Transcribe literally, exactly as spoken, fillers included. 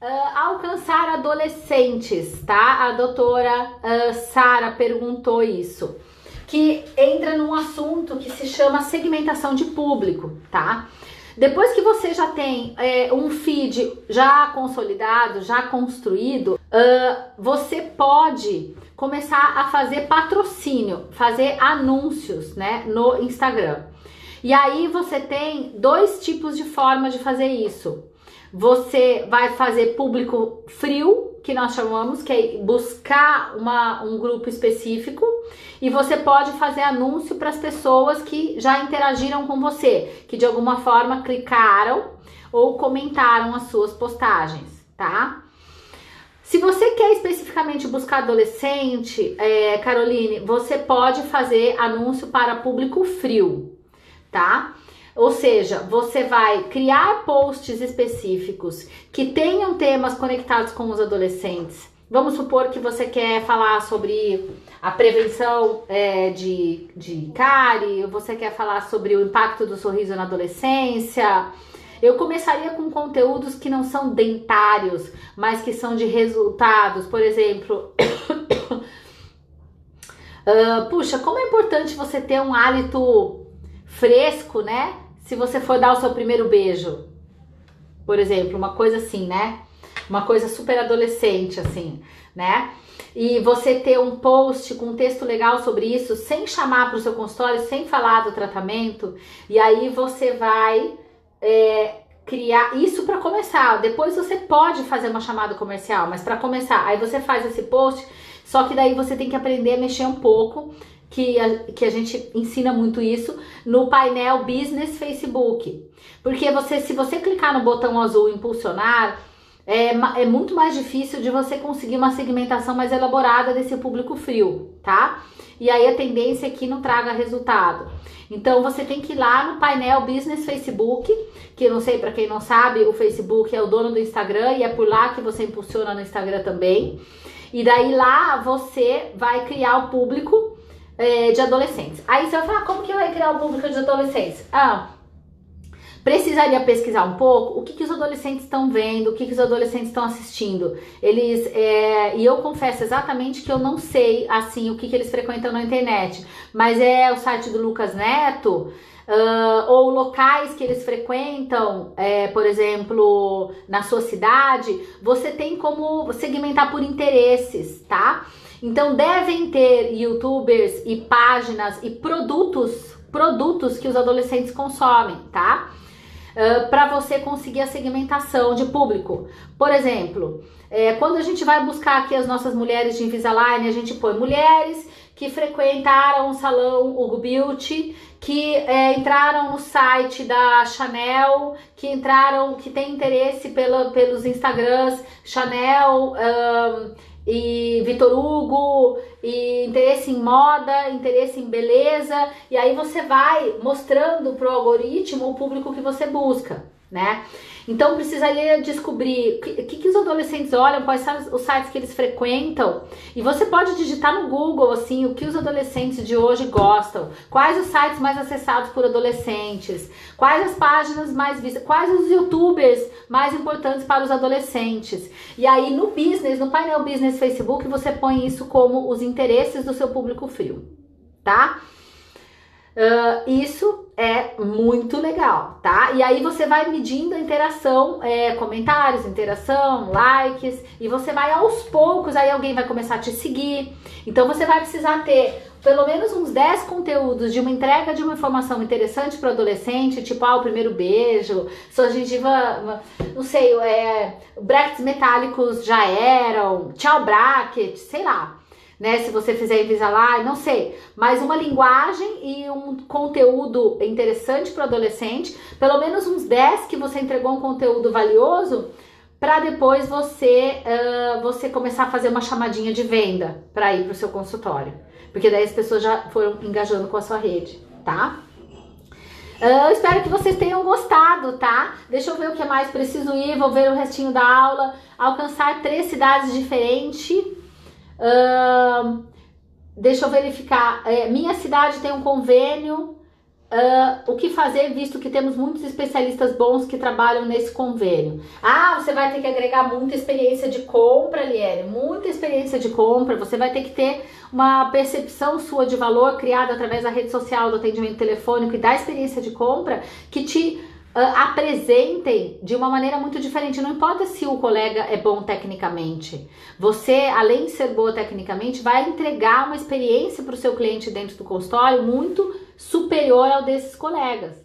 Uh, alcançar adolescentes, tá? A doutora uh, Sara perguntou isso, que entra num assunto que se chama segmentação de público, tá? Depois que você já tem é, um feed já consolidado, já construído, uh, você pode começar a fazer patrocínio, fazer anúncios, né, no Instagram. E aí você tem dois tipos de forma de fazer isso. Você vai fazer público frio, que nós chamamos, que é buscar uma, um grupo específico, e você pode fazer anúncio para as pessoas que já interagiram com você, que de alguma forma clicaram ou comentaram as suas postagens, tá? Se você quer especificamente buscar adolescente, é, Caroline, você pode fazer anúncio para público frio, tá? Ou seja, você vai criar posts específicos que tenham temas conectados com os adolescentes. Vamos supor que você quer falar sobre a prevenção é, de, de cárie, você quer falar sobre o impacto do sorriso na adolescência. Eu começaria com conteúdos que não são dentários, mas que são de resultados. Por exemplo, uh, puxa, como é importante você ter um hálito fresco, né? Se você for dar o seu primeiro beijo, por exemplo, uma coisa assim, né? Uma coisa super adolescente, assim, né? E você ter um post com um texto legal sobre isso, sem chamar para o seu consultório, sem falar do tratamento, e aí você vai é, criar isso para começar. Depois você pode fazer uma chamada comercial, mas para começar, aí você faz esse post, só que daí você tem que aprender a mexer um pouco, que a, que a gente ensina muito isso no painel Business Facebook. Porque você, se você clicar no botão azul impulsionar, é, é muito mais difícil de você conseguir uma segmentação mais elaborada desse público frio, tá? E aí a tendência é que não traga resultado. Então você tem que ir lá no painel Business Facebook, que eu não sei, para quem não sabe, o Facebook é o dono do Instagram e é por lá que você impulsiona no Instagram também. E daí lá você vai criar o público É, de adolescentes. Aí você vai falar, como que vai criar o público de adolescentes? Ah, precisaria pesquisar um pouco o que, que os adolescentes estão vendo, o que, que os adolescentes estão assistindo. Eles, é, e eu confesso exatamente que eu não sei, assim, o que, que eles frequentam na internet, mas é o site do Lucas Neto, uh, ou locais que eles frequentam, é, por exemplo, na sua cidade, você tem como segmentar por interesses, tá? Então devem ter youtubers e páginas e produtos, produtos que os adolescentes consomem, tá? Uh, para você conseguir a segmentação de público. Por exemplo, é, quando a gente vai buscar aqui as nossas mulheres de Invisalign, a gente põe mulheres que frequentaram o salão Hugo Beauty, que é, entraram no site da Chanel, que entraram, que tem interesse pela, pelos Instagrams Chanel, um, e Vitor Hugo, e interesse em moda, interesse em beleza, e aí você vai mostrando pro algoritmo o público que você busca, né? Então precisaria descobrir o que, que, que os adolescentes olham, quais são os sites que eles frequentam, e você pode digitar no Google, assim, o que os adolescentes de hoje gostam, quais os sites mais acessados por adolescentes, quais as páginas mais vistas, quais os youtubers mais importantes para os adolescentes. E aí no business, no painel Business Facebook, você põe isso como os interesses do seu público frio, tá? Uh, isso é muito legal, tá? E aí você vai medindo a interação, é, comentários, interação, likes, e você vai aos poucos, aí alguém vai começar a te seguir. Então você vai precisar ter pelo menos uns dez conteúdos de uma entrega de uma informação interessante para o adolescente, tipo, ah, o primeiro beijo, sua gengiva, não sei, é, brackets metálicos já eram, tchau bracket, sei lá. Né, se você fizer Invisalign, não sei, mas uma linguagem e um conteúdo interessante para o adolescente, pelo menos uns dez que você entregou um conteúdo valioso, para depois você, uh, você começar a fazer uma chamadinha de venda para ir para o seu consultório, porque daí as pessoas já foram engajando com a sua rede, tá? Eu espero que vocês tenham gostado, tá? Deixa eu ver o que mais preciso ir, vou ver o restinho da aula. Alcançar três cidades diferentes. Uh, deixa eu verificar, é, minha cidade tem um convênio uh, o que fazer, visto que temos muitos especialistas bons que trabalham nesse convênio? Ah, você vai ter que agregar muita experiência de compra, Liene, muita experiência de compra, você vai ter que ter uma percepção sua de valor criada através da rede social, do atendimento telefônico e da experiência de compra que te uh, apresentem de uma maneira muito diferente. Não importa se o colega é bom tecnicamente, você, além de ser boa tecnicamente, vai entregar uma experiência para o seu cliente dentro do consultório muito superior ao desses colegas.